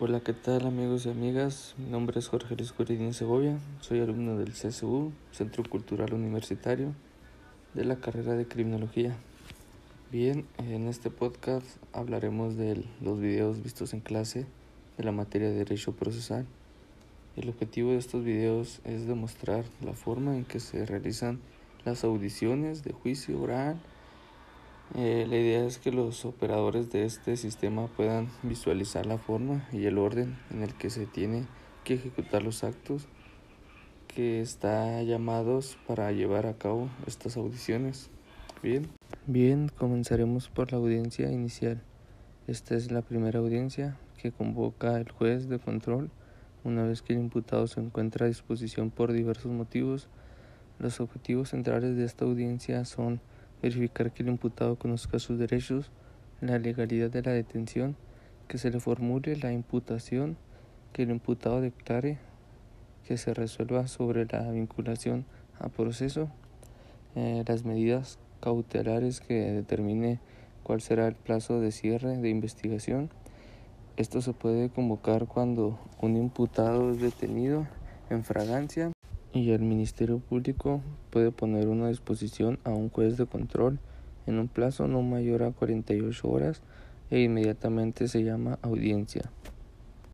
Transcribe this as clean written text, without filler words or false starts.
Hola, ¿qué tal amigos y amigas? Mi nombre es Jorge Luis Curidín Segovia, soy alumno del CSU, Centro Cultural Universitario, de la carrera de Criminología. Bien, en este podcast hablaremos de los videos vistos en clase de la materia de Derecho Procesal. El objetivo de estos videos es demostrar la forma en que se realizan las audiciones de juicio oral. La idea es que los operadores de este sistema puedan visualizar la forma y el orden en el que se tiene que ejecutar los actos que están llamados para llevar a cabo estas audiciones. Bien, comenzaremos por la audiencia inicial. Esta es la primera audiencia que convoca el juez de control una vez que el imputado se encuentra a disposición por diversos motivos. Los objetivos centrales de esta audiencia son verificar que el imputado conozca sus derechos, la legalidad de la detención, que se le formule la imputación, que el imputado declare, que se resuelva sobre la vinculación a proceso, las medidas cautelares que determine cuál será el plazo de cierre de investigación. Esto se puede convocar cuando un imputado es detenido en fragancia y el Ministerio Público puede poner una disposición a un juez de control en un plazo no mayor a 48 horas e inmediatamente se llama audiencia.